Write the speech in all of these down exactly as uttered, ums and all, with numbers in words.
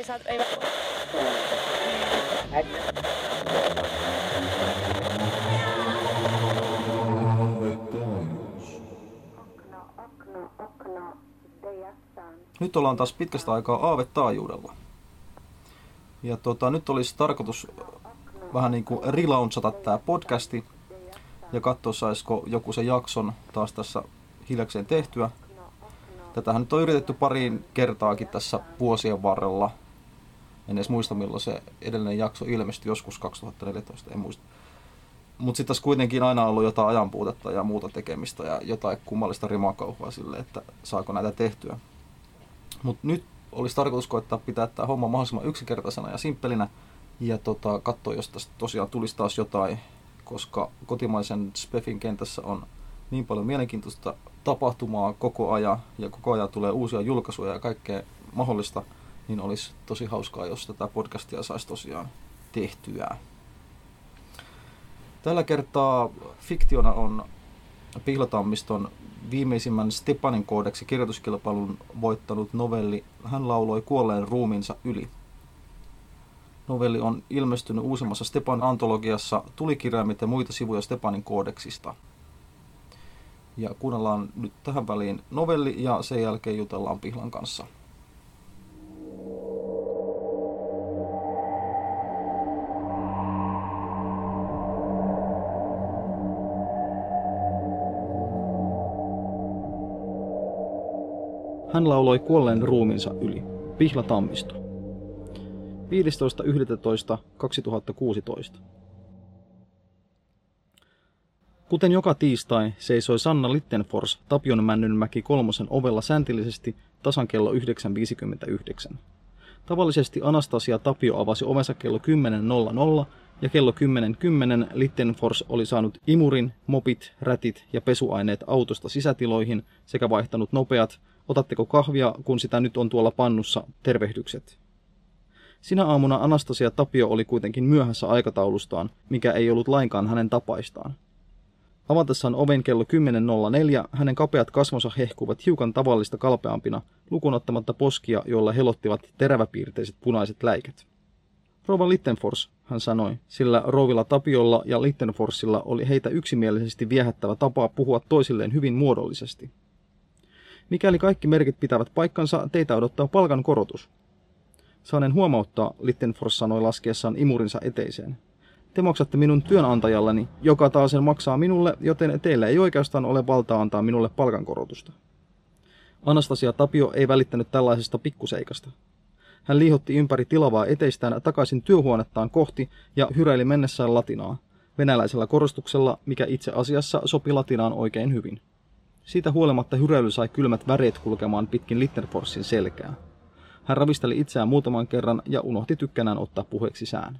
saat... Ei... Nyt ollaan taas pitkästä aikaa aavetaajuudella. Ja tota, nyt olisi tarkoitus vähän niin kuin relaunchata tämä podcasti ja katsoa, saisiko joku sen jakson taas tässä hiljakseen tehtyä. Tätähän nyt on yritetty pariin kertaakin tässä vuosien varrella. En edes muista, milloin se edellinen jakso ilmestyi, joskus kaksituhattaneljätoista, en muista. Mutta sitten tässä kuitenkin aina ollut jotain ajanpuutetta ja muuta tekemistä ja jotain kummallista rimakauhua sille, että saako näitä tehtyä. Mutta nyt olisi tarkoitus koettaa pitää tämä homma mahdollisimman yksinkertaisena ja simppelinä ja tota, katsoa, jos tästä tosiaan tulisi taas jotain, koska kotimaisen Spefin kentässä on niin paljon mielenkiintoista tapahtumaa koko ajan ja koko ajan tulee uusia julkaisuja ja kaikkea mahdollista, niin olisi tosi hauskaa, jos tätä podcastia saisi tosiaan tehtyä. Tällä kertaa fiktiona on Pihlatammiston viimeisimmän Stepanin koodeksi kirjoituskilpailun voittanut novelli Hän lauloi kuolleen ruumiinsa yli. Novelli on ilmestynyt uusimmassa Stepan antologiassa Tulikirjaimet ja muita sivuja Stepanin koodeksista. Ja kuunnellaan nyt tähän väliin novelli ja sen jälkeen jutellaan Pihlan kanssa. Hän lauloi kuolleen ruumiinsa yli. Pihlatammisto. viidestoista yhdestoista kaksituhattakuusitoista. Kuten joka tiistai seisoi Sanna Littenfors Tapionmännynmäki kolmosen ovella säntillisesti tasan kello yhdeksän viisikymmentäyhdeksän. Tavallisesti Anastasia Tapio avasi ovensa kello kymmenen nolla nolla ja kello kymmenen kymmenen Littenfors oli saanut imurin, mopit, rätit ja pesuaineet autosta sisätiloihin sekä vaihtanut nopeat "Otatteko kahvia, kun sitä nyt on tuolla pannussa, tervehdykset". Sinä aamuna Anastasia Tapio oli kuitenkin myöhässä aikataulustaan, mikä ei ollut lainkaan hänen tapaistaan. Avatessaan oven kello kymmenen nolla neljä hänen kapeat kasvonsa hehkuivat hiukan tavallista kalpeampina, lukuun ottamatta poskia, joilla helottivat teräväpiirteiset punaiset läikät. "Rouva Littenfors", hän sanoi, sillä rouvilla Tapiolla ja Littenforsilla oli heitä yksimielisesti viehättävä tapa puhua toisilleen hyvin muodollisesti. "Mikäli kaikki merkit pitävät paikkansa, teitä odottaa palkankorotus." "Saanen huomauttaa", Littenfors sanoi laskiessaan imurinsa eteiseen. "Te maksatte minun työnantajalleni, joka taas sen maksaa minulle, joten teillä ei oikeastaan ole valtaa antaa minulle palkankorotusta." Anastasia Tapio ei välittänyt tällaisesta pikkuseikasta. Hän liihotti ympäri tilavaa eteistään takaisin työhuonettaan kohti ja hyräili mennessään latinaa, venäläisellä korostuksella, mikä itse asiassa sopi latinaan oikein hyvin. Siitä huolimatta hyräily sai kylmät väreet kulkemaan pitkin Littenforsin selkää. Hän ravisteli itseään muutaman kerran ja unohti tykkänään ottaa puheeksi sään.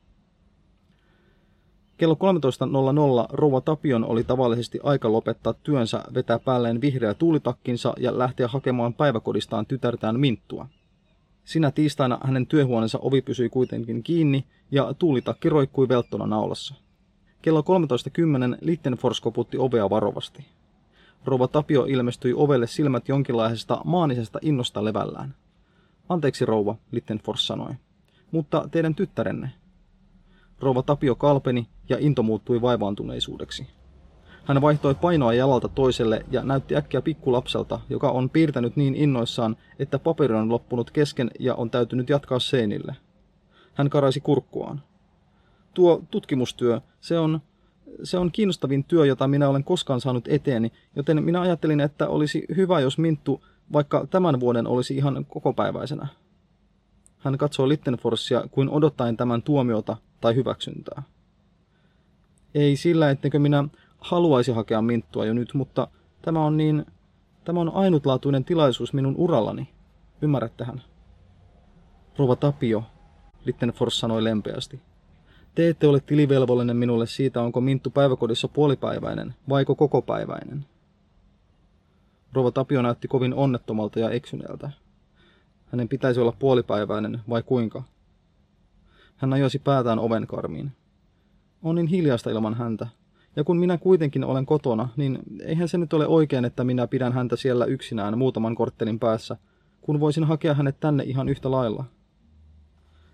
Kello kolmetoista nolla nolla rouva Tapion oli tavallisesti aika lopettaa työnsä, vetää päälleen vihreä tuulitakkinsa ja lähteä hakemaan päiväkodistaan tytärtään Minttua. Sinä tiistaina hänen työhuoneensa ovi pysyi kuitenkin kiinni ja tuulitakki roikkui velttona naulassa. Kello kolmetoista kymmenen Littenfors koputti ovea varovasti. Rouva Tapio ilmestyi ovelle silmät jonkinlaisesta maanisesta innosta levällään. "Anteeksi, rouva", Littenfors sanoi. "Mutta teidän tyttärenne?" Rouva Tapio kalpeni ja into muuttui vaivaantuneisuudeksi. Hän vaihtoi painoa jalalta toiselle ja näytti äkkiä pikkulapselta, joka on piirtänyt niin innoissaan, että paperi on loppunut kesken ja on täytynyt jatkaa seinille. Hän karaisi kurkkuaan. "Tuo tutkimustyö, se on... Se on kiinnostavin työ, jota minä olen koskaan saanut eteeni, joten minä ajattelin, että olisi hyvä, jos Minttu vaikka tämän vuoden olisi ihan kokopäiväisenä." Hän katsoi Littenforsia kuin odottaen tämän tuomiota tai hyväksyntää. "Ei sillä, ettenkö minä haluaisi hakea Minttua jo nyt, mutta tämä on niin... Tämä on ainutlaatuinen tilaisuus minun urallani. Ymmärrättehän?" "Rouva Tapio", Littenfors sanoi lempeästi. "Te ette ole tilivelvollinen minulle siitä, onko Minttu päiväkodissa puolipäiväinen vaiko kokopäiväinen." Rouva Tapio näytti kovin onnettomalta ja eksyneeltä. Hänen pitäisi olla puolipäiväinen vai kuinka? Hän ajoisi päätään ovenkarmiin. "On niin hiljaista ilman häntä. Ja kun minä kuitenkin olen kotona, niin eihän se nyt ole oikein, että minä pidän häntä siellä yksinään muutaman korttelin päässä, kun voisin hakea hänet tänne ihan yhtä lailla."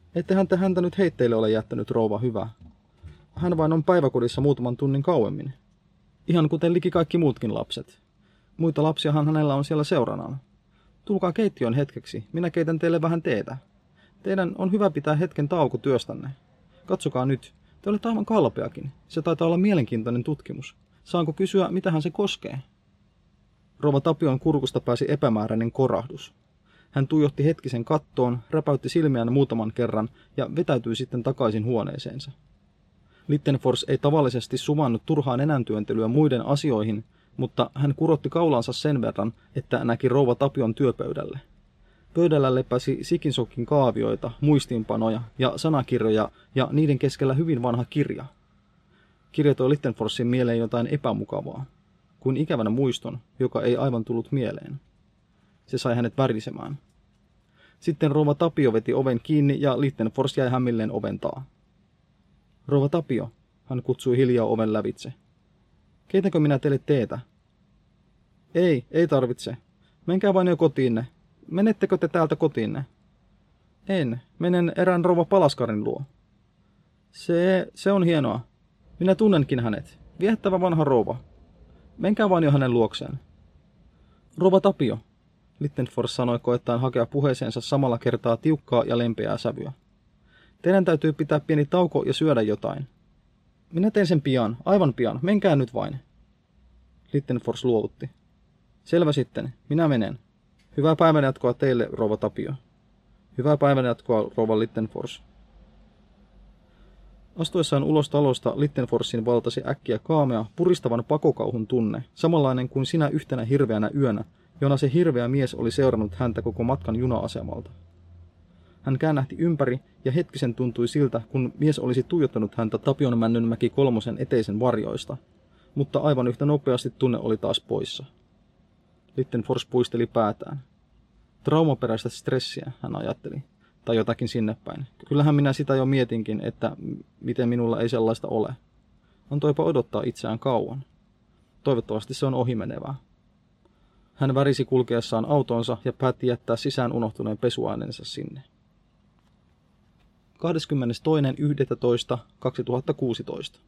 Ettehän te häntä nyt heitteille ole jättänyt, rouva hyvä. Hän vain on päiväkodissa muutaman tunnin kauemmin. Ihan kuten liki kaikki muutkin lapset. Muita lapsiahan hänellä on siellä seuranaan. Tulkaa keittiön hetkeksi, minä keitän teille vähän teetä. Teidän on hyvä pitää hetken tauko työstänne. Katsokaa nyt, te olette aivan kalpeakin. Se taitaa olla mielenkiintoinen tutkimus. Saanko kysyä, mitähän se koskee? Rouva Tapion kurkusta pääsi epämääräinen korahdus. Hän tuijotti hetkisen kattoon, räpäytti silmiään muutaman kerran ja vetäytyi sitten takaisin huoneeseensa. Littenfors ei tavallisesti suvannut turhaa nenäntyöntelyä muiden asioihin, mutta hän kurotti kaulansa sen verran, että näki rouva Tapion työpöydälle. Pöydällä lepäsi Sikinsokin kaavioita, muistiinpanoja ja sanakirjoja ja niiden keskellä hyvin vanha kirja. Kirja toi Littenforsin mieleen jotain epämukavaa, kuin ikävänä muiston, joka ei aivan tullut mieleen. Se sai hänet värisemään. Sitten rouva Tapio veti oven kiinni ja Littenfors jäi hämmilleen oven taa. Rouva Tapio, hän kutsui hiljaa oven lävitse. Keitänkö minä teille teetä? Ei, ei tarvitse. Menkää vain jo kotiinne. Menettekö te täältä kotiinne? En, menen erään rouva Palaskarin luo. Se, se on hienoa. Minä tunnenkin hänet. Viehättävä vanha rouva. Menkää vain jo hänen luokseen. Rouva Tapio, Littenfors sanoi koettaen hakea puheeseensa samalla kertaa tiukkaa ja lempeää sävyä. Teidän täytyy pitää pieni tauko ja syödä jotain. Minä teen sen pian, aivan pian, menkää nyt vain. Littenfors luovutti. Selvä sitten, minä menen. Hyvää päivänjatkoa teille, rouva Tapio. Hyvää päivänjatkoa, rouva Littenfors. Astuessaan ulos talosta Littenforsin valtasi äkkiä kaamea, puristavan pakokauhun tunne, samanlainen kuin sinä yhtenä hirveänä yönä, jona se hirveä mies oli seurannut häntä koko matkan juna-asemalta. Hän käännähti ympäri ja hetkisen tuntui siltä, kun mies olisi tuijottanut häntä Tapionmännynmäki kolmosen eteisen varjoista, mutta aivan yhtä nopeasti tunne oli taas poissa. Littenfors puisteli päätään. Traumaperäistä stressiä, hän ajatteli, tai jotakin sinne päin. Kyllähän minä sitä jo mietinkin, että miten minulla ei sellaista ole. Antoipa odottaa itseään kauan. Toivottavasti se on ohimenevää. Hän värisi kulkeessaan autonsa ja päätti jättää sisään unohtuneen pesuaineensa sinne. kahdeskymmenestoinen yhdestoista kaksituhattakuusitoista.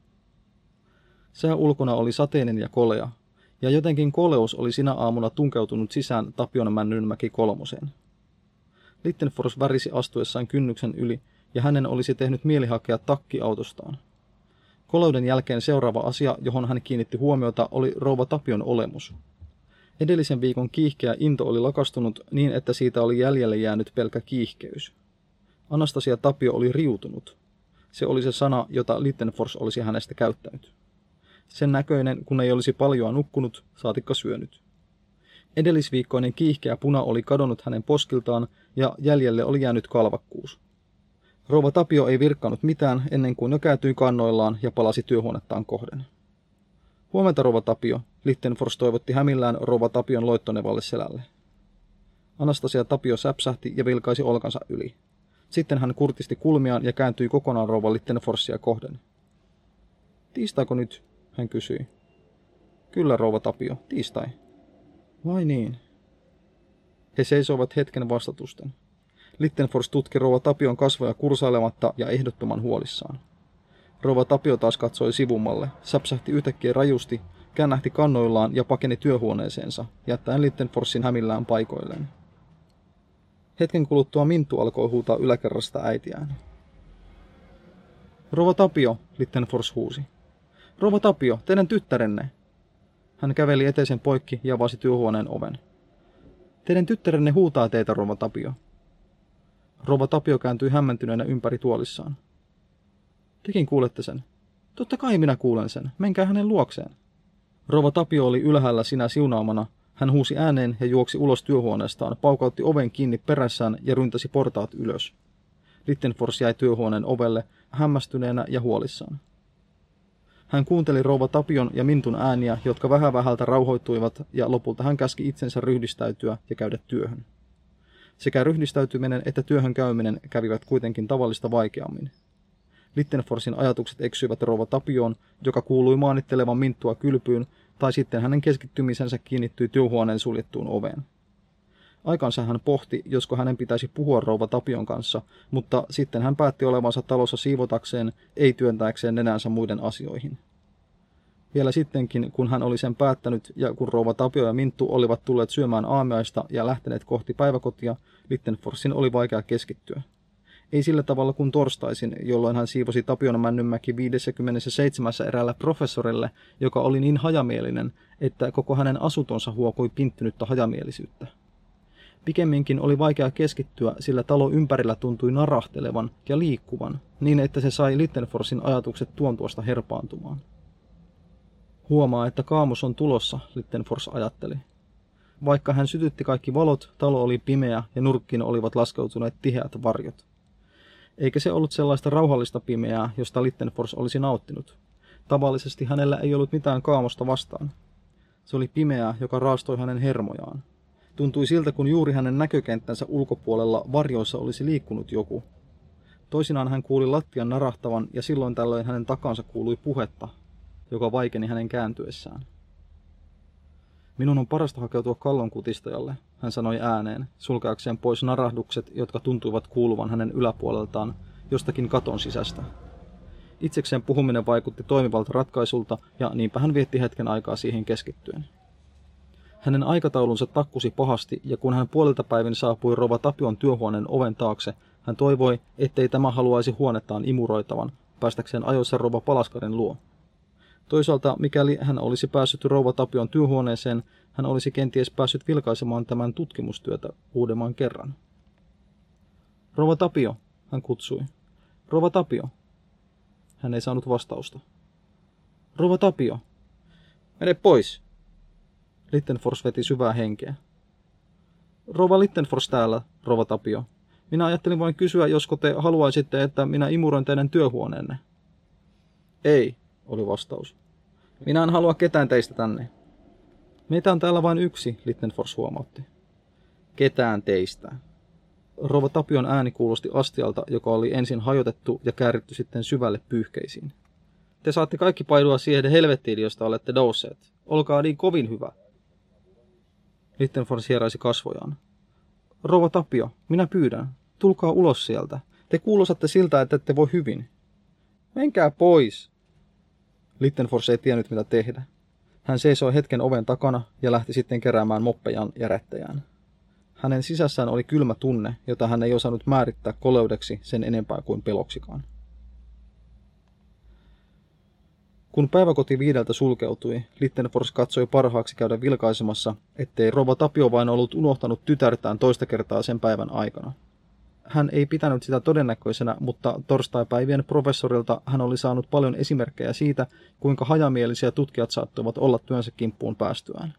Sää ulkona oli sateinen ja kolea, ja jotenkin koleus oli sinä aamuna tunkeutunut sisään Tapionmännynmäki kolmoseen. Littenfors värisi astuessaan kynnyksen yli, ja hänen olisi tehnyt mieli hakea takki autostaan. Koleuden jälkeen seuraava asia, johon hän kiinnitti huomiota, oli rouva Tapion olemus. Edellisen viikon kiihkeä into oli lakastunut niin, että siitä oli jäljelle jäänyt pelkkä kiihkeys. Anastasia Tapio oli riutunut. Se oli se sana, jota Littenfors olisi hänestä käyttänyt. Sen näköinen, kun ei olisi paljoa nukkunut, saatikka syönyt. Edellisviikkoinen kiihkeä puna oli kadonnut hänen poskiltaan ja jäljelle oli jäänyt kalvakkuus. Rouva Tapio ei virkkanut mitään ennen kuin jo kääntyi kannoillaan ja palasi työhuonettaan kohden. Huomenta, rouva Tapio, Littenfors toivotti hämillään rouva Tapion loittonevalle selälle. Anastasia Tapio säpsähti ja vilkaisi olkansa yli. Sitten hän kurtisti kulmiaan ja kääntyi kokonaan rouva Littenforsia kohden. Tiistaiko nyt? Hän kysyi. Kyllä, rouva Tapio, tiistai. Vai niin? He seisoivat hetken vastatusten. Littenfors tutki rouva Tapion kasvoja kursailematta ja ehdottoman huolissaan. Rouva Tapio taas katsoi sivummalle, säpsähti yhtäkkiä rajusti, käännähti kannoillaan ja pakeni työhuoneeseensa, jättäen Littenforsin hämillään paikoilleen. Hetken kuluttua Minttu alkoi huutaa yläkerrasta äitiään. Rouva Tapio, Littenfors huusi. Rouva Tapio, teidän tyttärenne. Hän käveli eteisen poikki ja avasi työhuoneen oven. Teidän tyttärenne huutaa teitä, rouva Tapio. Rouva Tapio kääntyi hämmentyneenä ympäri tuolissaan. Tekin kuulette sen. Totta kai minä kuulen sen. Menkää hänen luokseen. Rouva Tapio oli ylhäällä sinä siunaamana. Hän huusi ääneen ja juoksi ulos työhuoneestaan, paukautti oven kiinni perässään ja ryntäsi portaat ylös. Littenfors jäi työhuoneen ovelle, hämmästyneenä ja huolissaan. Hän kuunteli rouva Tapion ja Mintun ääniä, jotka vähän vähältä rauhoittuivat, ja lopulta hän käski itsensä ryhdistäytyä ja käydä työhön. Sekä ryhdistäytyminen että työhön käyminen kävivät kuitenkin tavallista vaikeammin. Littenforsin ajatukset eksyivät rouva Tapioon, joka kuului maanittelevan Minttua kylpyyn, tai sitten hänen keskittymisensä kiinnittyi työhuoneen suljettuun oveen. Aikansa hän pohti, josko hänen pitäisi puhua rouva Tapion kanssa, mutta sitten hän päätti olevansa talossa siivotakseen, ei työntääkseen nenänsä muiden asioihin. Vielä sittenkin, kun hän oli sen päättänyt ja kun rouva Tapio ja Minttu olivat tulleet syömään aamiaista ja lähteneet kohti päiväkotia, Littenforsin oli vaikea keskittyä. Ei sillä tavalla kuin torstaisin, jolloin hän siivosi Tapion Männynmäki viidessäkymmenessäseitsemässä eräällä professorille, joka oli niin hajamielinen, että koko hänen asuntonsa huokui pinttynyttä hajamielisyyttä. Pikemminkin oli vaikea keskittyä, sillä talo ympärillä tuntui narahtelevan ja liikkuvan, niin että se sai Littenforsin ajatukset tuon tuosta herpaantumaan. Huomaa, että kaamos on tulossa, Littenfors ajatteli. Vaikka hän sytytti kaikki valot, talo oli pimeä ja nurkkiin olivat laskeutuneet tiheät varjot. Eikä se ollut sellaista rauhallista pimeää, josta Littenfors olisi nauttinut. Tavallisesti hänellä ei ollut mitään kaamosta vastaan. Se oli pimeää, joka raastoi hänen hermojaan. Tuntui siltä, kun juuri hänen näkökenttänsä ulkopuolella varjoissa olisi liikkunut joku. Toisinaan hän kuuli lattian narahtavan ja silloin tällöin hänen takansa kuului puhetta, joka vaikeni hänen kääntyessään. Minun on parasta hakeutua kallon kutistajalle, hän sanoi ääneen, sulkeakseen pois narahdukset, jotka tuntuivat kuuluvan hänen yläpuoleltaan jostakin katon sisästä. Itsekseen puhuminen vaikutti toimivalta ratkaisulta ja niinpä hän vietti hetken aikaa siihen keskittyen. Hänen aikataulunsa takkusi pahasti ja kun hän puolilta päivin saapui rouva Tapion työhuoneen oven taakse, hän toivoi, ettei tämä haluaisi huonettaan imuroitavan, päästäkseen ajoissa rouva Palaskarin luo. Toisaalta, mikäli hän olisi päässyt rouva Tapion työhuoneeseen, hän olisi kenties päässyt vilkaisemaan tämän tutkimustyötä uudemman kerran. Rouva Tapio, hän kutsui. Rouva Tapio. Hän ei saanut vastausta. Rouva Tapio. Mene pois. Littenfors veti syvää henkeä. Rouva Littenfors täällä, rouva Tapio. Minä ajattelin vain kysyä, josko te haluaisitte, että minä imuroin teidän työhuoneenne. Ei, oli vastaus. Minä en halua ketään teistä tänne. Meitä on täällä vain yksi, Littenfors huomautti. Ketään teistä. Rouva Tapion ääni kuulosti astialta, joka oli ensin hajotettu ja kääritty sitten syvälle pyyhkeisiin. Te saatte kaikki paidua siihen helvettiin, josta olette nousseet. Olkaa niin kovin hyvä. Littenfors hieraisi kasvojaan. Rouva Tapio, minä pyydän. Tulkaa ulos sieltä. Te kuulostatte siltä, että ette voi hyvin. Menkää pois. Littenfors ei tiennyt mitä tehdä. Hän seisoi hetken oven takana ja lähti sitten keräämään moppejaan ja rättejään. Hänen sisässään oli kylmä tunne, jota hän ei osannut määrittää koleudeksi sen enempää kuin peloksikaan. Kun päiväkoti viideltä sulkeutui, Littenfors katsoi parhaaksi käydä vilkaisemassa, ettei rouva Tapio vain ollut unohtanut tytärtään toista kertaa sen päivän aikana. Hän ei pitänyt sitä todennäköisenä, mutta torstaipäivien professorilta hän oli saanut paljon esimerkkejä siitä, kuinka hajamielisiä tutkijat saattoivat olla työnsä kimppuun päästyään.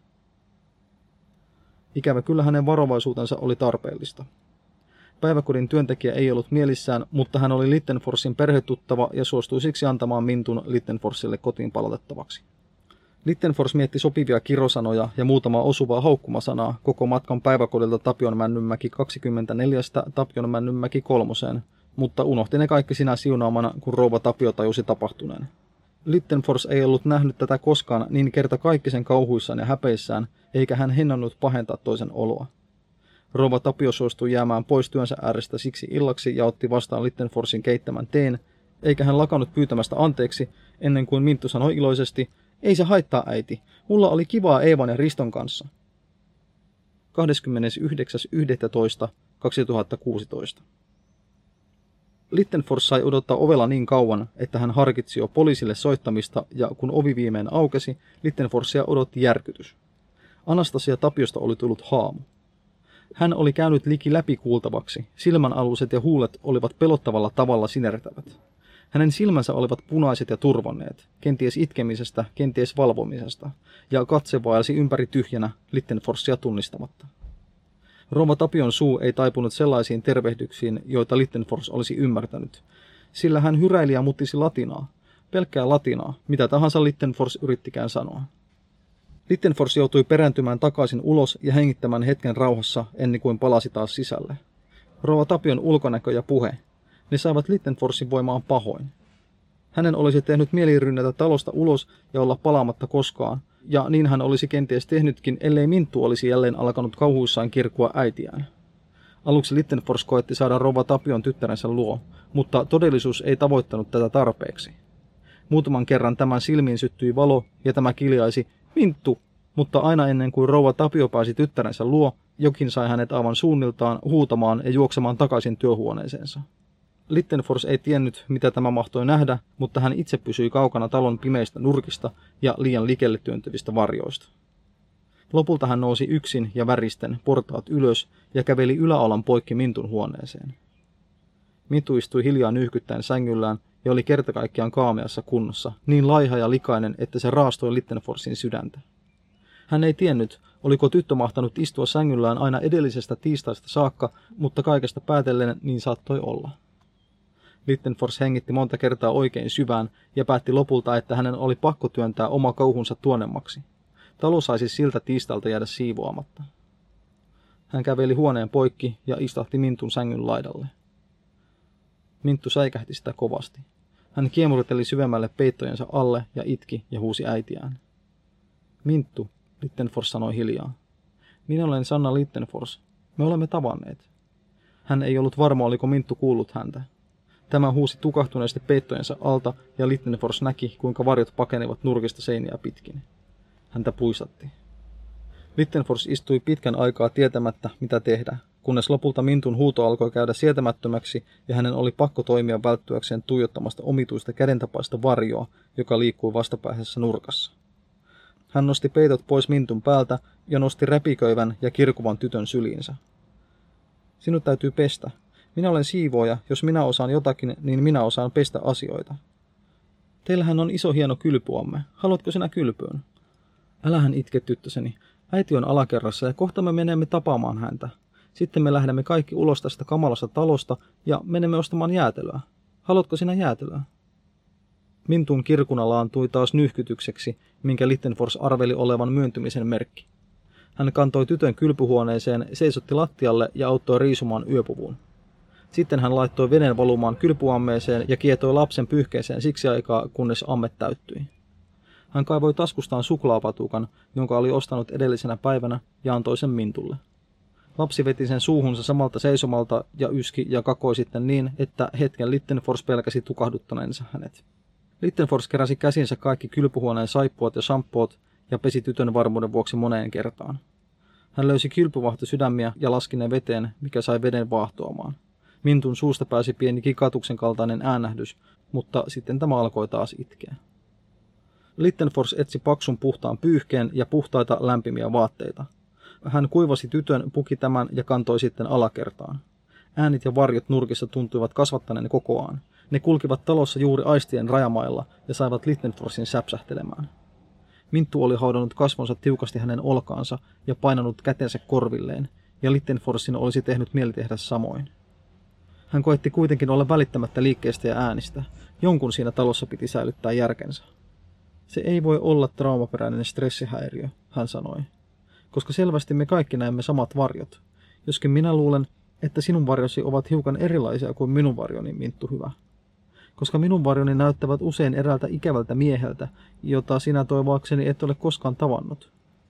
Ikävä kyllä hänen varovaisuutensa oli tarpeellista. Päiväkodin työntekijä ei ollut mielissään, mutta hän oli Littenforsin perhetuttava ja suostui siksi antamaan Mintun Littenforsille kotiin palautettavaksi. Littenfors mietti sopivia kirosanoja ja muutamaa osuvaa haukkumasanaa koko matkan päiväkodilta Tapion Männynmäki kaksikymmentäneljä Tapion Männynmäki kolmoseen, mutta unohti ne kaikki sinä siunaamana, kun rouva Tapio tajusi tapahtuneen. Littenfors ei ollut nähnyt tätä koskaan niin kertakaikkisen kauhuissaan ja häpeissään, eikä hän hennannut pahentaa toisen oloa. Rouva Tapio suostui jäämään pois työnsä äärestä siksi illaksi ja otti vastaan Littenforsin keittämän teen, eikä hän lakannut pyytämästä anteeksi, ennen kuin Minttu sanoi iloisesti, ei se haittaa äiti, mulla oli kivaa Eevan ja Riston kanssa. kahdeskymmenesyhdeksäs yhdestoista kaksituhattakuusitoista Littenfors sai odottaa ovella niin kauan, että hän harkitsi jo poliisille soittamista ja kun ovi viimein aukesi, Littenforsia odotti järkytys. Anastasia Tapiosta oli tullut haamu. Hän oli käynyt liki läpikuultavaksi, silmänaluset ja huulet olivat pelottavalla tavalla sinertävät. Hänen silmänsä olivat punaiset ja turvonneet, kenties itkemisestä, kenties valvomisesta, ja katse vaelsi ympäri tyhjänä, Littenforsia tunnistamatta. Rouva Tapion suu ei taipunut sellaisiin tervehdyksiin, joita Littenfors olisi ymmärtänyt, sillä hän hyräili ja muttisi latinaa, pelkkää latinaa, mitä tahansa Littenfors yrittikään sanoa. Littenfors joutui perääntymään takaisin ulos ja hengittämään hetken rauhassa ennen kuin palasi taas sisälle. Rouva Tapion ulkonäkö ja puhe, ne saivat Littenforsin voimaan pahoin. Hänen olisi tehnyt mieli rynnätä talosta ulos ja olla palaamatta koskaan, ja niin hän olisi kenties tehnytkin, ellei Minttu olisi jälleen alkanut kauhuissaan kirkua äitiään. Aluksi Littenfors koetti saada rouva Tapion tyttärensä luo, mutta todellisuus ei tavoittanut tätä tarpeeksi. Muutaman kerran tämän silmiin syttyi valo ja tämä kiljaisi, Minttu, mutta aina ennen kuin rouva Tapio pääsi tyttärensä luo, jokin sai hänet aivan suunniltaan huutamaan ja juoksemaan takaisin työhuoneeseensa. Littenfors ei tiennyt, mitä tämä mahtoi nähdä, mutta hän itse pysyi kaukana talon pimeistä nurkista ja liian likelle työntyvistä varjoista. Lopulta hän nousi yksin ja väristen portaat ylös ja käveli yläalan poikki Mintun huoneeseen. Minttu istui hiljaa nyyhkyttäen sängyllään ja oli kertakaikkiaan kaameassa kunnossa, niin laiha ja likainen, että se raastoi Littenforsin sydäntä. Hän ei tiennyt, oliko tyttö mahtanut istua sängyllään aina edellisestä tiistaista saakka, mutta kaikesta päätellen niin saattoi olla. Littenfors hengitti monta kertaa oikein syvään ja päätti lopulta, että hänen oli pakko työntää oma kauhunsa tuonemmaksi. Talo saisi siltä tiistalta jäädä siivoamatta. Hän käveli huoneen poikki ja istahti Mintun sängyn laidalle. Minttu säikähti sitä kovasti. Hän kiemurteli syvemmälle peittojensa alle ja itki ja huusi äitiään. Minttu, Littenfors sanoi hiljaa. Minä olen Sanna Littenfors. Me olemme tavanneet. Hän ei ollut varma, oliko Minttu kuullut häntä. Tämä huusi tukahtuneesti peittojensa alta ja Littenfors näki, kuinka varjot pakenivat nurkista seiniä pitkin. Häntä puisatti. Littenfors istui pitkän aikaa tietämättä, mitä tehdä, kunnes lopulta Mintun huuto alkoi käydä sietämättömäksi ja hänen oli pakko toimia välttyäkseen tuijottamasta omituista kädentapaista varjoa, joka liikkui vastapäässä nurkassa. Hän nosti peitot pois Mintun päältä ja nosti räpiköivän ja kirkuvan tytön syliinsä. Sinut täytyy pestä. Minä olen siivooja, jos minä osaan jotakin, niin minä osaan pestä asioita. Teillähän on iso hieno kylpyamme. Haluatko sinä kylpyyn? Älähän itke, tyttöseni. Äiti on alakerrassa ja kohta me menemme tapaamaan häntä. Sitten me lähdemme kaikki ulos tästä kamalasta talosta ja menemme ostamaan jäätelöä. Haluatko sinä jäätelöä? Mintun kirkuna laantui taas nyyhkytykseksi, minkä Littenfors arveli olevan myöntymisen merkki. Hän kantoi tytön kylpyhuoneeseen, seisotti lattialle ja auttoi riisumaan yöpuvun. Sitten hän laittoi veden valumaan kylpyammeeseen ja kietoi lapsen pyyhkeeseen siksi aikaa, kunnes amme täyttyi. Hän kaivoi taskustaan suklaapatukan, jonka oli ostanut edellisenä päivänä, ja antoi sen Mintulle. Lapsi veti sen suuhunsa samalta seisomalta ja yski ja kakoi sitten niin, että hetken Littenfors pelkäsi tukahduttaneensa hänet. Littenfors keräsi käsinsä kaikki kylpyhuoneen saippuat ja shampoot ja pesi tytön varmuuden vuoksi moneen kertaan. Hän löysi kylpyvahtosydämiä ja laski ne veteen, mikä sai veden vaahtoamaan. Mintun suusta pääsi pieni kikatuksen kaltainen äänähdys, mutta sitten tämä alkoi taas itkeä. Littenfors etsi paksun puhtaan pyyhkeen ja puhtaita lämpimiä vaatteita. Hän kuivasi tytön, puki tämän ja kantoi sitten alakertaan. Äänit ja varjot nurkissa tuntuivat kasvattaneen kokoaan. Ne kulkivat talossa juuri aistien rajamailla ja saivat Littenforsin säpsähtelemään. Minttu oli haudannut kasvonsa tiukasti hänen olkaansa ja painanut kätensä korvilleen, ja Littenforsin olisi tehnyt mieli tehdä samoin. Hän koetti kuitenkin olla välittämättä liikkeestä ja äänistä. Jonkun siinä talossa piti säilyttää järkensä. Se ei voi olla traumaperäinen stressihäiriö, hän sanoi, koska selvästi me kaikki näemme samat varjot. Joskin minä luulen, että sinun varjosi ovat hiukan erilaisia kuin minun varjoni, Minttu hyvä. Koska minun varjoni näyttävät usein eräältä ikävältä mieheltä, jota sinä toivoakseni et ole koskaan tavannut.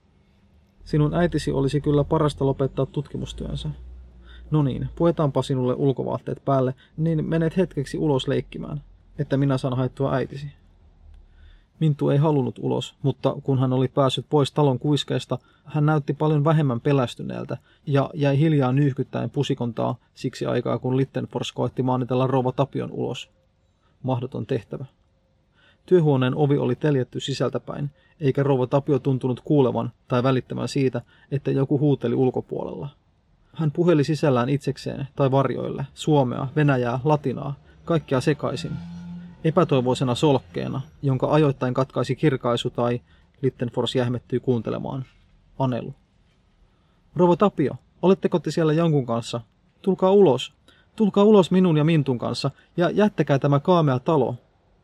Sinun äitisi olisi kyllä parasta lopettaa tutkimustyönsä. No niin, puetaanpa sinulle ulkovaatteet päälle, niin menet hetkeksi ulos leikkimään, että minä saan haettua äitisi. Minttu ei halunnut ulos, mutta kun hän oli päässyt pois talon kuiskeesta, hän näytti paljon vähemmän pelästyneeltä ja jäi hiljaa nyyhkyttäen pusikontaa siksi aikaa, kun Littenfors koetti maanitella rouva Tapion ulos. Mahdoton tehtävä. Työhuoneen ovi oli teljetty sisältäpäin, eikä rouva Tapio tuntunut kuulevan tai välittämään siitä, että joku huuteli ulkopuolella. Hän puheli sisällään itsekseen tai varjoille, suomea, venäjää, latinaa, kaikkea sekaisin. Epätoivoisena solkkeena, jonka ajoittain katkaisi kirkaisu tai, Littenfors jähmettyi kuuntelemaan, anelu. Rouva Tapio, oletteko te siellä jonkun kanssa? Tulkaa ulos. Tulkaa ulos minun ja Mintun kanssa ja jättäkää tämä kaamea talo.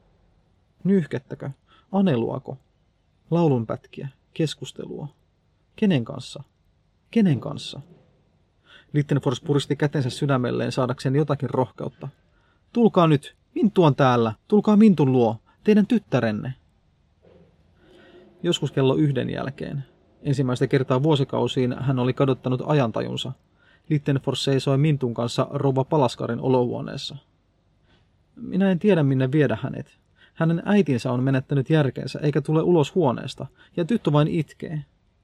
Nyyhkettäkö? Aneluako? Laulunpätkiä? Keskustelua? Kenen kanssa? Kenen kanssa? Littenfors puristi kätensä sydämelleen saadakseen jotakin rohkeutta. Tulkaa nyt, Minttu on täällä, tulkaa Mintun luo, teidän tyttärenne. Joskus kello yhden jälkeen. Ensimmäistä kertaa vuosikausiin hän oli kadottanut ajantajunsa. Littenfors seisoi Mintun kanssa rouva Palaskarin olohuoneessa. Minä en tiedä, minne viedä hänet. Hänen äitinsä on menettänyt järkensä, eikä tule ulos huoneesta, ja tyttö vain itkee.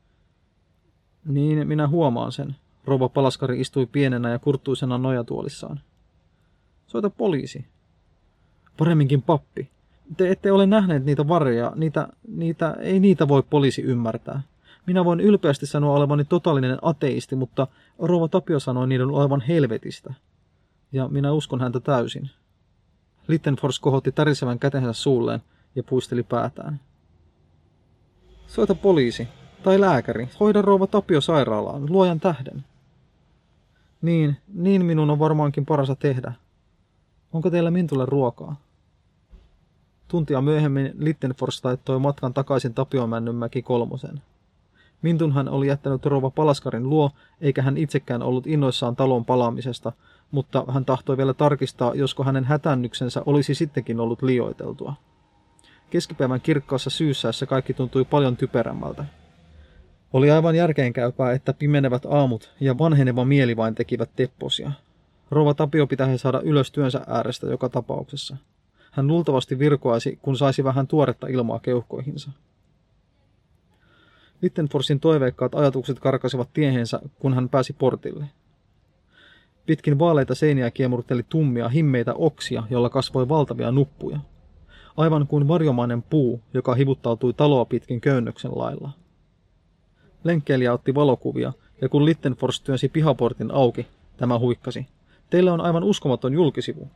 Niin, minä huomaan sen. Rouva Palaskari istui pienenä ja kurttuisena nojatuolissaan. Soita poliisi. Paremminkin pappi. Te ette ole nähneet niitä varjoja, niitä, niitä, ei niitä voi poliisi ymmärtää. Minä voin ylpeästi sanoa olevani totaalinen ateisti, mutta rouva Tapio sanoi niiden olevan helvetistä. Ja minä uskon häntä täysin. Littenfors kohotti tärisevän kätensä suulleen ja puisteli päätään. Soita poliisi. Tai lääkäri. Hoida rouva Tapio sairaalaan. Luojan tähden. Niin, niin minun on varmaankin parasta tehdä. Onko teillä Mintulle ruokaa? Tuntia myöhemmin Littenfors taittoi matkan takaisin Tapiomännynmäki kolmosen. Mintunhan oli jättänyt rouva Palaskarin luo, eikä hän itsekään ollut innoissaan talon palaamisesta, mutta hän tahtoi vielä tarkistaa, josko hänen hätännyksensä olisi sittenkin ollut liioiteltua. Keskipäivän kirkkaassa syyssäässä kaikki tuntui paljon typerämmältä. Oli aivan järkeenkäypää, että pimenevät aamut ja vanheneva mieli vain tekivät tepposia. Rouva Tapio pitäisi saada ylös työnsä äärestä joka tapauksessa. Hän luultavasti virkoaisi, kun saisi vähän tuoretta ilmaa keuhkoihinsa. Littenforsin toiveikkaat ajatukset karkasivat tiehensä, kun hän pääsi portille. Pitkin vaaleita seiniä kiemurteli tummia, himmeitä oksia, joilla kasvoi valtavia nuppuja. Aivan kuin varjomainen puu, joka hivuttautui taloa pitkin köynnöksen lailla. Lenkkeilijä otti valokuvia, ja kun Littenfors työnsi pihaportin auki, tämä huikkasi. Teillä on aivan uskomaton julkisivu.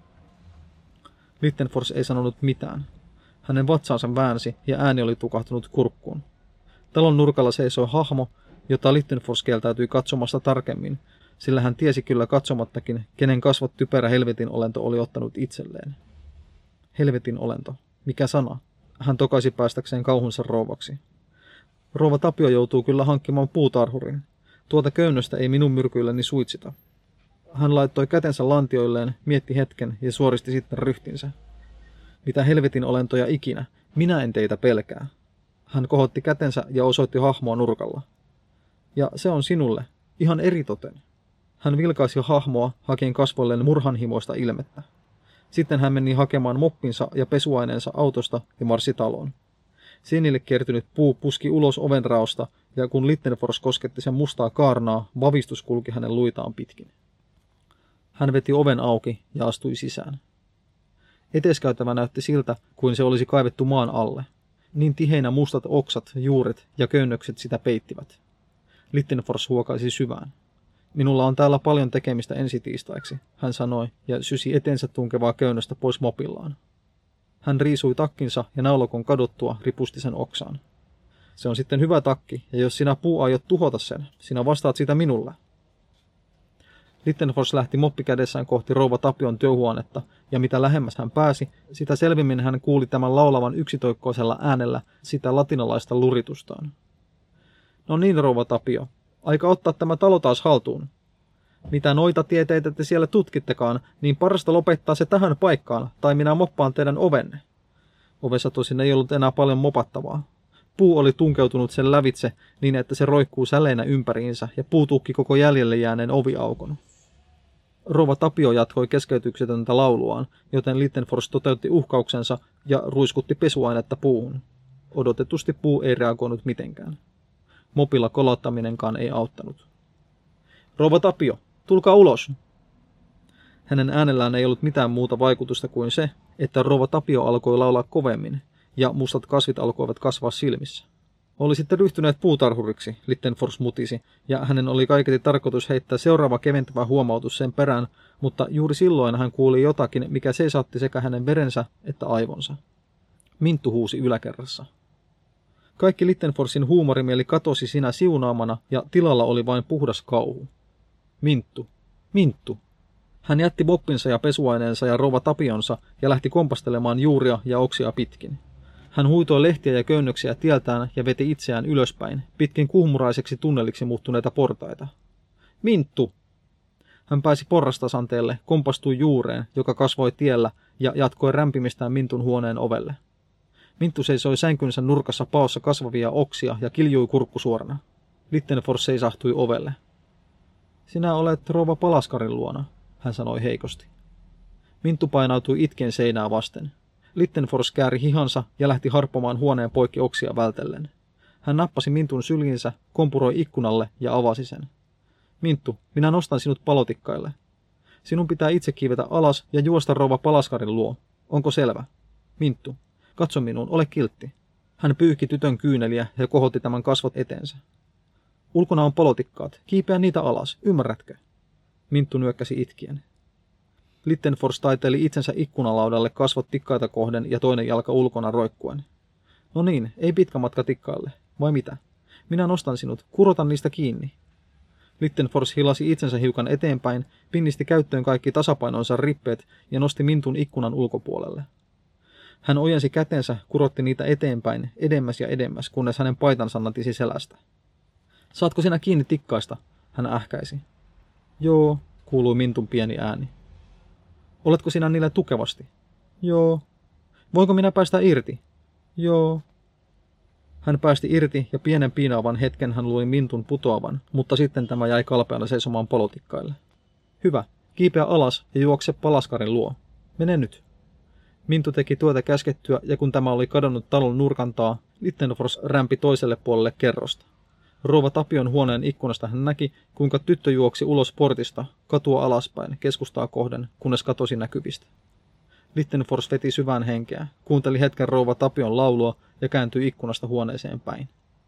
Littenfors ei sanonut mitään. Hänen vatsaansa väänsi ja ääni oli tukahtunut kurkkuun. Talon nurkalla seisoi hahmo, jota Littenfors kieltäytyi katsomasta tarkemmin, sillä hän tiesi kyllä katsomattakin, kenen kasvot typerä helvetin olento oli ottanut itselleen. Helvetin olento. Mikä sana? Hän tokaisi päästäkseen kauhunsa rouvaksi. Rouva Tapio joutuu kyllä hankkimaan puutarhurin. Tuota köynnöstä ei minun myrkyilläni suitsita. Hän laittoi kätensä lantioilleen, mietti hetken ja suoristi sitten ryhtinsä. Mitä helvetin olentoja ikinä, minä en teitä pelkää. Hän kohotti kätensä ja osoitti hahmoa nurkalla. Ja se on sinulle, ihan eritoten. Hän vilkaisi hahmoa hakien kasvoilleen murhanhimoista ilmettä. Sitten hän meni hakemaan moppinsa ja pesuaineensa autosta ja marssi taloon. Seinille kertynyt puu puski ulos ovenraosta, ja kun Littenfors kosketti sen mustaa kaarnaa, vavistus kulki hänen luitaan pitkin. Hän veti oven auki ja astui sisään. Eteskäytävä näytti siltä, kuin se olisi kaivettu maan alle. Niin tiheinä mustat oksat, juuret ja köynnökset sitä peittivät. Littenfors huokaisi syvään. Minulla on täällä paljon tekemistä ensi tiistaiksi, hän sanoi ja sysi eteensä tunkevaa köynnöstä pois mopillaan. Hän riisui takkinsa ja naulakon kadottua ripusti sen oksaan. Se on sitten hyvä takki, ja jos sinä puu aiot tuhota sen, sinä vastaat sitä minulle. Littenfors lähti moppi kädessään kohti rouva Tapion työhuonetta, ja mitä lähemmäs hän pääsi, sitä selvimmin hän kuuli tämän laulavan yksitoikkoisella äänellä sitä latinalaista luritustaan. No niin, rouva Tapio, aika ottaa tämä talo taas haltuun. Mitä noita tieteitä te siellä tutkittekaan, niin parasta lopettaa se tähän paikkaan, tai minä moppaan teidän ovenne. Ovessa tosin ei ollut enää paljon mopattavaa. Puu oli tunkeutunut sen lävitse niin, että se roikkuu säleinä ympäriinsä, ja puu tukki koko jäljelle jääneen oviaukon. Rouva Tapio jatkoi keskeytyksetöntä lauluaan, joten Littenfors toteutti uhkauksensa ja ruiskutti pesuainetta puuhun. Odotetusti puu ei reagoinut mitenkään. Mopilla kolottaminenkaan ei auttanut. Rouva Tapio, tulkaa ulos! Hänen äänellään ei ollut mitään muuta vaikutusta kuin se, että rouva Tapio alkoi laulaa kovemmin, ja mustat kasvit alkoivat kasvaa silmissä. Olisitte ryhtyneet puutarhuriksi, Littenfors mutisi, ja hänen oli kaiketi tarkoitus heittää seuraava keventävä huomautus sen perään, mutta juuri silloin hän kuuli jotakin, mikä seisautti sekä hänen verensä että aivonsa. Minttu huusi yläkerrassa. Kaikki Littenforsin huumorimieli katosi sinä siunaamana, ja tilalla oli vain puhdas kauhu. Minttu, Minttu. Hän jätti boppinsa ja pesuaineensa ja rouva Tapionsa ja lähti kompastelemaan juuria ja oksia pitkin. Hän huitoi lehtiä ja köynnöksiä tieltään ja veti itseään ylöspäin, pitkin kuhmuraiseksi tunneliksi muuttuneita portaita. Minttu! Hän pääsi porrastasanteelle, kompastui juureen, joka kasvoi tiellä, ja jatkoi rämpimistään Mintun huoneen ovelle. Minttu seisoi sänkynsä nurkassa paossa kasvavia oksia ja kiljui kurkku suorana. Littenfors seisahtui ovelle. Sinä olet rouva Palaskarin luona, hän sanoi heikosti. Minttu painautui itken seinää vasten. Littenfors kääri hihansa ja lähti harppomaan huoneen poikki oksia vältellen. Hän nappasi Mintun syljinsä, kompuroi ikkunalle ja avasi sen. Minttu, minä nostan sinut palotikkaille. Sinun pitää itse kiivetä alas ja juosta rouva Palaskarin luo. Onko selvä? Minttu, katso minuun, ole kiltti. Hän pyyhki tytön kyyneliä ja kohotti tämän kasvot eteensä. Ulkona on palotikkaat, kiipeä niitä alas, ymmärrätkö? Minttu nyökkäsi itkien. Littenfors taiteili itsensä ikkunalaudalle kasvot tikkaita kohden ja toinen jalka ulkona roikkuen. No niin, ei pitkä matka tikkaille, vai mitä? Minä nostan sinut, kurotan niistä kiinni. Littenfors hilasi itsensä hiukan eteenpäin, pinnisti käyttöön kaikki tasapainonsa rippeet ja nosti Mintun ikkunan ulkopuolelle. Hän ojensi kätensä, kurotti niitä eteenpäin, edemmäs ja edemmäs, kunnes hänen paitansa natisi selästä. Saatko sinä kiinni tikkaista? Hän ähkäisi. Joo, kuului Mintun pieni ääni. Oletko sinä niillä tukevasti? Joo. Voinko minä päästä irti? Joo. Hän päästi irti ja pienen piinaavan hetken hän luuli Mintun putoavan, mutta sitten tämä jäi kalpeana seisomaan palotikkaille. Hyvä, kiipeä alas ja juokse Palaskarin luo. Mene nyt. Minttu teki tuota käskettyä ja kun tämä oli kadonnut talon nurkantaa, Littenfors rämpi toiselle puolelle kerrosta. Rouva Tapion huoneen ikkunasta hän näki, kuinka tyttö juoksi ulos portista, katua alaspäin, keskustaa kohden, kunnes katosi näkyvistä. Littenfors veti syvään henkeä, kuunteli hetken rouva Tapion laulua ja kääntyi ikkunasta huoneeseen päin.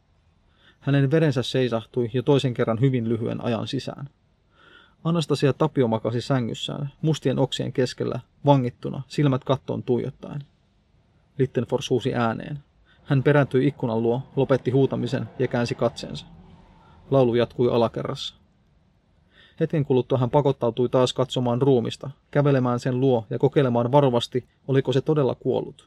Hänen verensä seisahtui jo toisen kerran hyvin lyhyen ajan sisään. Anastasia Tapio makasi sängyssään, mustien oksien keskellä, vangittuna, silmät kattoon tuijottaen. Littenfors huusi ääneen. Hän perääntyi ikkunan luo, lopetti huutamisen ja käänsi katseensa. Laulu jatkui alakerrassa. Hetken kuluttua hän pakottautui taas katsomaan ruumista, kävelemään sen luo ja kokeilemaan varovasti, oliko se todella kuollut.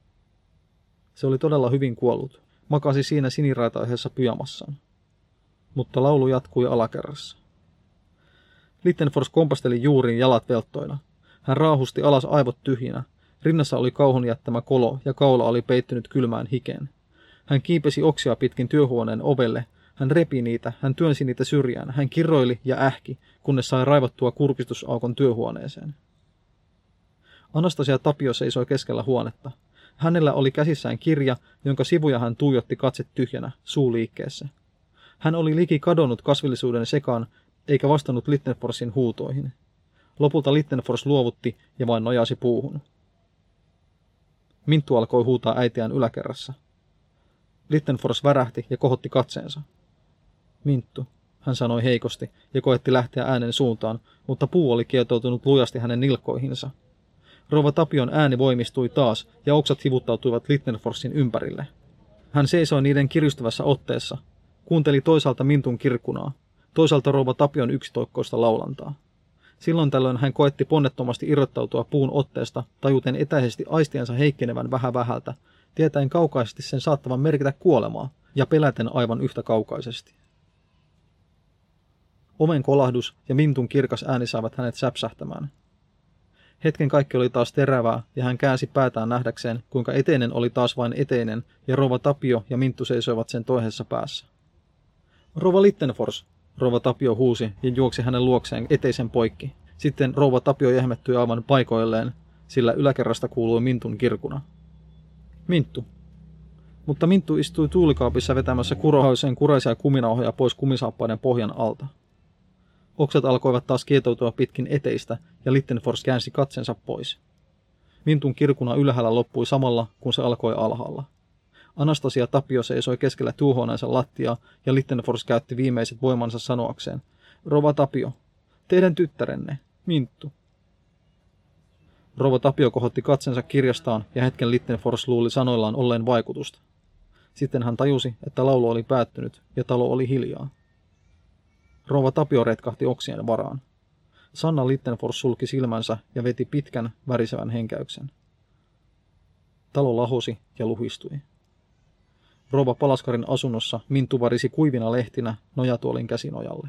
Se oli todella hyvin kuollut, makasi siinä siniraitaisessa pyjamassaan. Mutta laulu jatkui alakerrassa. Littenfors kompasteli juuriin jalat velttoina. Hän raahusti alas aivot tyhjinä. Rinnassa oli kauhun jättämä kolo ja kaula oli peittynyt kylmään hikeen. Hän kiipesi oksia pitkin työhuoneen ovelle. Hän repi niitä, hän työnsi niitä syrjään, hän kirroili ja ähki, kunnes sai raivattua kurkistusaukon työhuoneeseen. Anastasia Tapio seisoi keskellä huonetta. Hänellä oli käsissään kirja, jonka sivuja hän tuijotti katse tyhjänä, suu liikkeessä. Hän oli liki kadonnut kasvillisuuden sekaan, eikä vastannut Littenforsin huutoihin. Lopulta Littenfors luovutti ja vain nojasi puuhun. Minttu alkoi huutaa äitiään yläkerrassa. Littenfors värähti ja kohotti katseensa. Minttu, hän sanoi heikosti ja koetti lähteä äänen suuntaan, mutta puu oli kietoutunut lujasti hänen nilkkoihinsa. Rouva Tapion ääni voimistui taas ja oksat hivuttautuivat Littenforsin ympärille. Hän seisoi niiden kiristyvässä otteessa, kuunteli toisaalta Mintun kirkunaa, toisaalta rouva Tapion yksitoikkoista laulantaa. Silloin tällöin hän koetti ponnettomasti irrottautua puun otteesta, tajuten etäisesti aistiensa heikkenevän vähä vähältä, tietäen kaukaisesti sen saattavan merkitä kuolemaa, ja peläten aivan yhtä kaukaisesti. Oven kolahdus ja Mintun kirkas ääni saivat hänet säpsähtämään. Hetken kaikki oli taas terävää, ja hän käänsi päätään nähdäkseen, kuinka eteinen oli taas vain eteinen, ja rouva Tapio ja Minttu seisoivat sen toisessa päässä. Rouva Littenfors, rouva Tapio huusi ja juoksi hänen luokseen eteisen poikki. Sitten rouva Tapio jähmettyi aivan paikoilleen, sillä yläkerrasta kuului Mintun kirkuna. Minttu. Mutta Minttu istui tuulikaapissa vetämässä kurohaiseen kuraisia kuminauhoja pois kumisaappaiden pohjan alta. Oksat alkoivat taas kietoutua pitkin eteistä ja Littenfors käänsi katsensa pois. Mintun kirkuna ylhäällä loppui samalla, kun se alkoi alhaalla. Anastasia Tapio seisoi keskellä työhuoneensa lattiaa ja Littenfors käytti viimeiset voimansa sanoakseen. Rouva Tapio, teidän tyttärenne, Minttu. Rouva Tapio kohotti katsensa kirjastaan ja hetken Littenfors luuli sanoillaan olleen vaikutusta. Sitten hän tajusi, että laulu oli päättynyt ja talo oli hiljaa. Rouva Tapio retkahti oksien varaan. Sanna Littenfors sulki silmänsä ja veti pitkän, värisevän henkäyksen. Talo lahosi ja luhistui. Rouva Palaskarin asunnossa Minttu varisi kuivina lehtinä nojatuolin käsinojalle.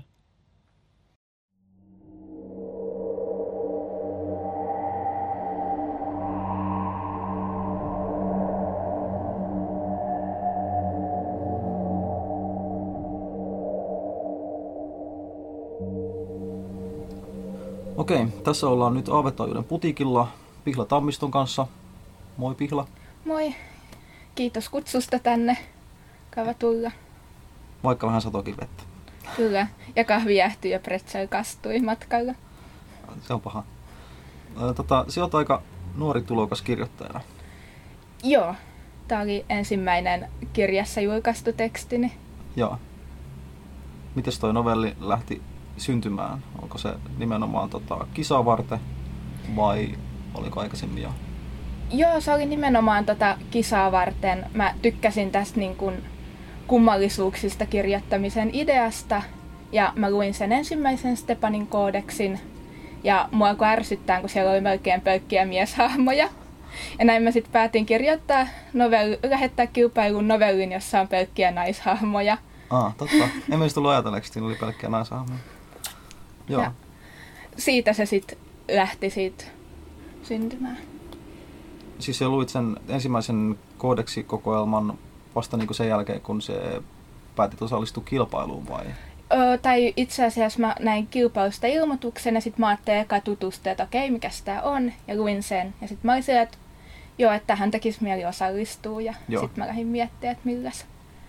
Okei, tässä ollaan nyt Aavetaajuuden putiikilla Pihla Tammiston kanssa. Moi Pihla. Moi. Kiitos kutsusta tänne. Kava tulla. Vaikka vähän satokin vettä. Kyllä. Ja kahvi jäähtyi ja pretzel kastui matkalla. Se on paha. Tota, sä oot aika nuori tulokas kirjoittajana. Joo. Tää oli ensimmäinen kirjassa julkaistu tekstini. Joo. Mites toi novelli lähti syntymään? Onko se nimenomaan tota, kisaa varten vai oliko aikaisemmin jo? Joo, se oli nimenomaan tota kisaa varten. Mä tykkäsin tästä niin kun kummallisuuksista kirjoittamisen ideasta ja mä luin sen ensimmäisen Stepanin koodeksin ja mua alkoi ärsyttää, kun siellä oli melkein pelkkiä mieshahmoja. Ja näin mä sitten päätin kirjoittaa novelli, lähettää kilpailun novellin, jossa on pelkkiä naishahmoja. Ah, totta. En mä tullut ajatelleeksi, että siinä oli pelkkiä naishahmoja. Joo. Ja siitä se sitten lähti siitä syntymään. Siis sä luit sen ensimmäisen koodeksikkokoelman vasta niin kuin sen jälkeen, kun se päätit osallistua kilpailuun vai? Öö, tai itse asiassa mä näin kilpailusta ilmoituksen ja sit mä ajattelin eka tutustua, että okei, mikä tää on, ja luin sen. Ja sit mä olin siellä, että joo, että tähän tekisi mieli osallistua, ja joo. Sit mä lähdin miettimään, että milläs.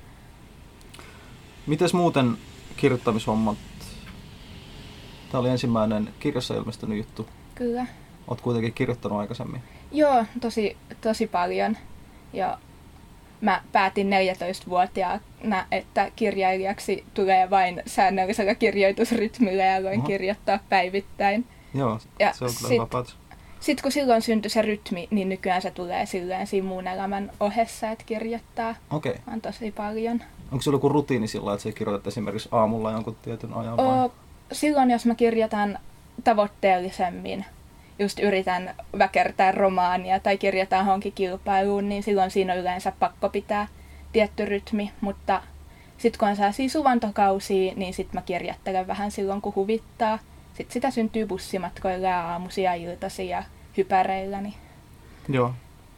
Mites muuten kirjoittamishommat? Tää oli ensimmäinen kirjassa ilmestynyt juttu. Kyllä. Oot kuitenkin kirjoittanut aikaisemmin. Joo, tosi, tosi paljon. Ja mä päätin neljätoistavuotiaana, että kirjailijaksi tulee vain säännöllisellä kirjoitusrytmillä ja aloin Oho. kirjoittaa päivittäin. Joo, ja se on kyllä sit, hyvä päätös. Sitten kun silloin syntyi se rytmi, niin nykyään se tulee silleen siinä muun elämän ohessa, että kirjoittaa. Okei. On tosi paljon. Onko sulla joku rutiini sillä, että sä kirjoitat esimerkiksi aamulla jonkun tietyn ajan? O, silloin, jos mä kirjoitan tavoitteellisemmin, just yritän väkertää romaania tai kirjataan johonkin kilpailuun, niin silloin siinä on yleensä pakko pitää tietty rytmi, mutta sitten kun on sellaisia suvantokausia, niin sitten mä kirjoittelen vähän silloin, kun huvittaa. Sitten sitä syntyy bussimatkoilla ja aamuisia ja iltaisia ja hypäreillä. Niin. Joo.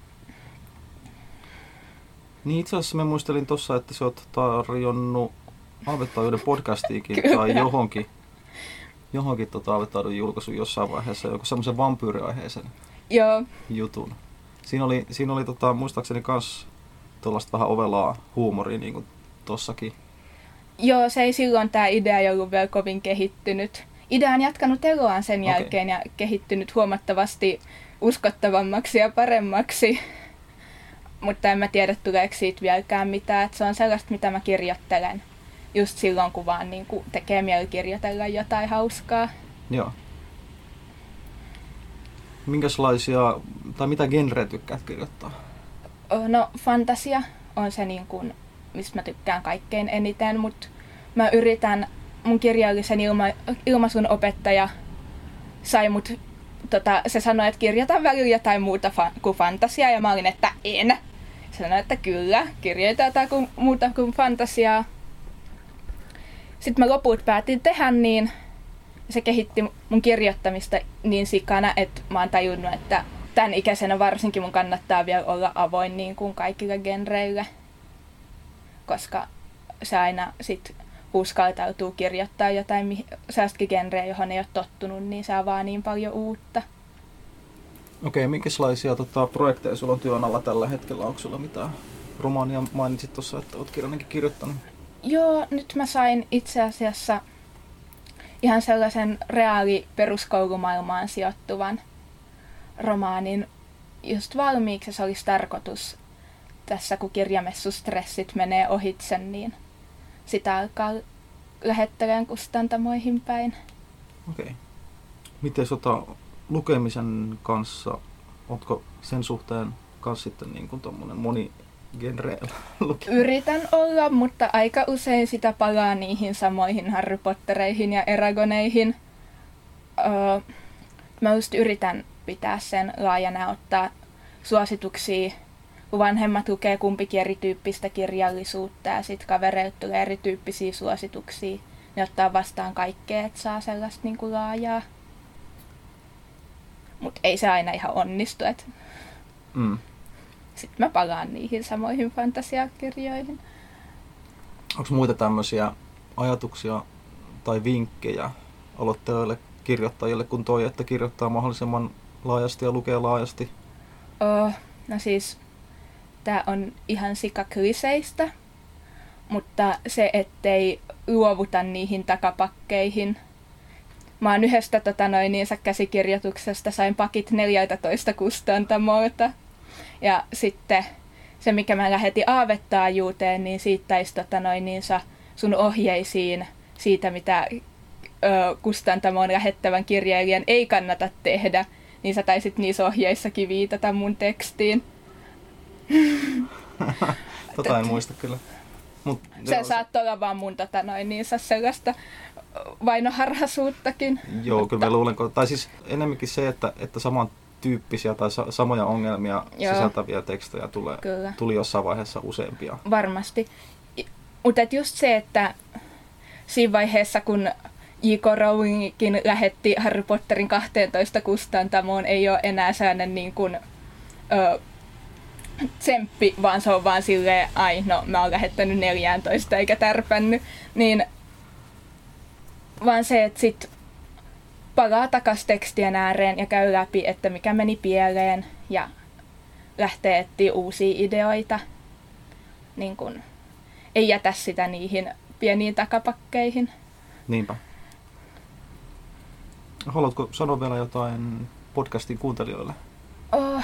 Niin itse asiassa mä muistelin tossa, että sä oot tarjonnut Aavetaajuuden podcastiikin tai johonkin. johonkin tota Aavetaajuuden julkaisun jossain vaiheessa, joku semmoisen vampyyriaiheisen Joo. jutun. Siinä oli, siinä oli tota, muistaakseni kans tuollaista vähän ovelaa huumoria niin kuin tossakin. Joo, se ei silloin tää idea ei ollut vielä kovin kehittynyt. Idea on jatkanut eloaan sen okay. jälkeen ja kehittynyt huomattavasti uskottavammaksi ja paremmaksi. Mutta en mä tiedä, tuleeko siitä vieläkään mitään. Et se on sellaista, mitä mä kirjoittelen. Just silloin, kun vaan niin kun tekee mieli kirjoitella jotain hauskaa. Joo. Minkälaisia, tai mitä genreä tykkäät kirjoittaa? No, fantasia on se, niin kun, mistä mä tykkään kaikkein eniten, mutta mä yritän, mun kirjallisen ilma, ilmaisun opettaja sai mut, tota, se sanoi, että kirjoita välillä jotain muuta fa- kuin fantasiaa, ja mä olin, että en. Se sanoi, että kyllä, kirjoita jotain kuin, muuta kuin fantasiaa. Sitten mä loput päätin tehdä niin, se kehitti mun kirjoittamista niin sikana, että mä oon tajunnut, että tämän ikäisenä varsinkin mun kannattaa vielä olla avoin niin kuin kaikille genreille, koska se aina sit uskaltautuu kirjoittaa jotain sellaistakin genreä, johon ei ole tottunut, niin se avaa niin paljon uutta. Okei, minkälaisia tota, projekteja sulla on työn alla tällä hetkellä? Onko sulla mitään romaania? Mainitsit tuossa, että olet ainakin kirjoittanut. Joo, nyt mä sain itse asiassa ihan sellaisen reaali peruskoulumaailmaan sijoittuvan romaanin just valmiiksi. Se olisi tarkoitus tässä, kun kirjamessustressit menee ohitse, niin sitä alkaa lähettelemään kustantamoihin päin. Okei. Miten sota lukemisen kanssa, ootko sen suhteen kanssa sitten niin kuin tommonen monigenreellä lukija? Yritän olla, mutta aika usein sitä palaa niihin samoihin Harry Pottereihin ja Eragoneihin. Öö, mä just yritän pitää sen laajana, ottaa suosituksia, kun vanhemmat lukee kumpikin erityyppistä kirjallisuutta ja sitten kavereilta tulee erityyppisiä suosituksia, niin ottaa vastaan kaikkea, että saa sellaista niin kuin laajaa. Mutta ei se aina ihan onnistu. Et mm. Sitten mä palaan niihin samoihin fantasiakirjoihin. Onko muita tämmöisiä ajatuksia tai vinkkejä aloittelijoille kirjoittajille kuin toi, että kirjoittaa mahdollisimman laajasti ja lukee laajasti? Oh, no siis, tää on ihan sikakliseistä, mutta se, ettei luovuta niihin takapakkeihin. Mä oon yhdestä tota noin, niinsä käsikirjoituksesta sain pakit neljätoista kustantamolta. Ja sitten se, mikä mä lähetin aavettaajuuteen, niin siitä taisi tota noin, niinsä sun ohjeisiin siitä, mitä ö, kustantamoon lähettävän kirjailijan ei kannata tehdä, niin sä taisit niissä ohjeissakin viitata mun tekstiin. Tota en muista kyllä. Mut, se saattoi olla vaan mun tota noin, niinsä sellaista vainoharhaisuuttakin. Joo, mutta kyllä mä luulen, tai siis enemmänkin se, että, että samantyyppisiä tai sa- samoja ongelmia Joo. sisältäviä tekstejä tulee, tuli jossain vaiheessa useampia. Varmasti. Mutta just se, että siinä vaiheessa, kun J K. Rowlingkin lähetti Harry Potterin kahteentoista kustantamoon, ei ole enää sellainen niin kuin, ö, tsemppi, vaan se on vaan silleen, ai no mä oon lähettänyt neljätoista eikä tärpännyt, niin vaan se, että sit palaa takas tekstien ääreen ja käy läpi, että mikä meni pieleen ja lähtee etsiä uusia ideoita. Niin kun ei jätä sitä niihin pieniin takapakkeihin. Niinpä. Haluatko sanoa vielä jotain podcastin kuuntelijoille? Oh.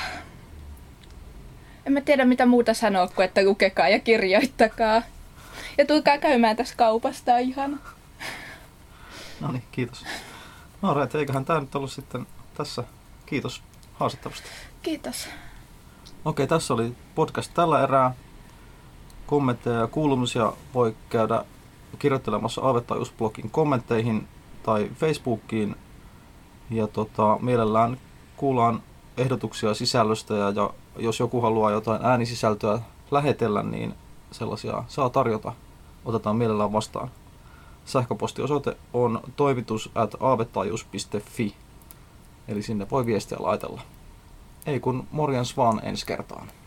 En mä tiedä mitä muuta sanoa kuin, että lukekaa ja kirjoittakaa. Ja tulkaa käymään tässä kaupasta ihan. No niin, kiitos. No Reetta, eiköhän tämä nyt ollut sitten tässä. Kiitos haastattelusta. Kiitos. Okei, tässä oli podcast tällä erää. Kommentteja ja kuulumisia voi käydä kirjoittelemassa Aavettajuus-blogin kommentteihin tai Facebookiin. Ja tota, mielellään kuullaan ehdotuksia sisällöstä ja, ja jos joku haluaa jotain äänisisältöä lähetellä, niin sellaisia saa tarjota. Otetaan mielellään vastaan. Sähköpostiosoite on toimitus at aavettajuus piste fi, eli sinne voi viestiä laitella. Ei kun morjens vaan ensi kertaan.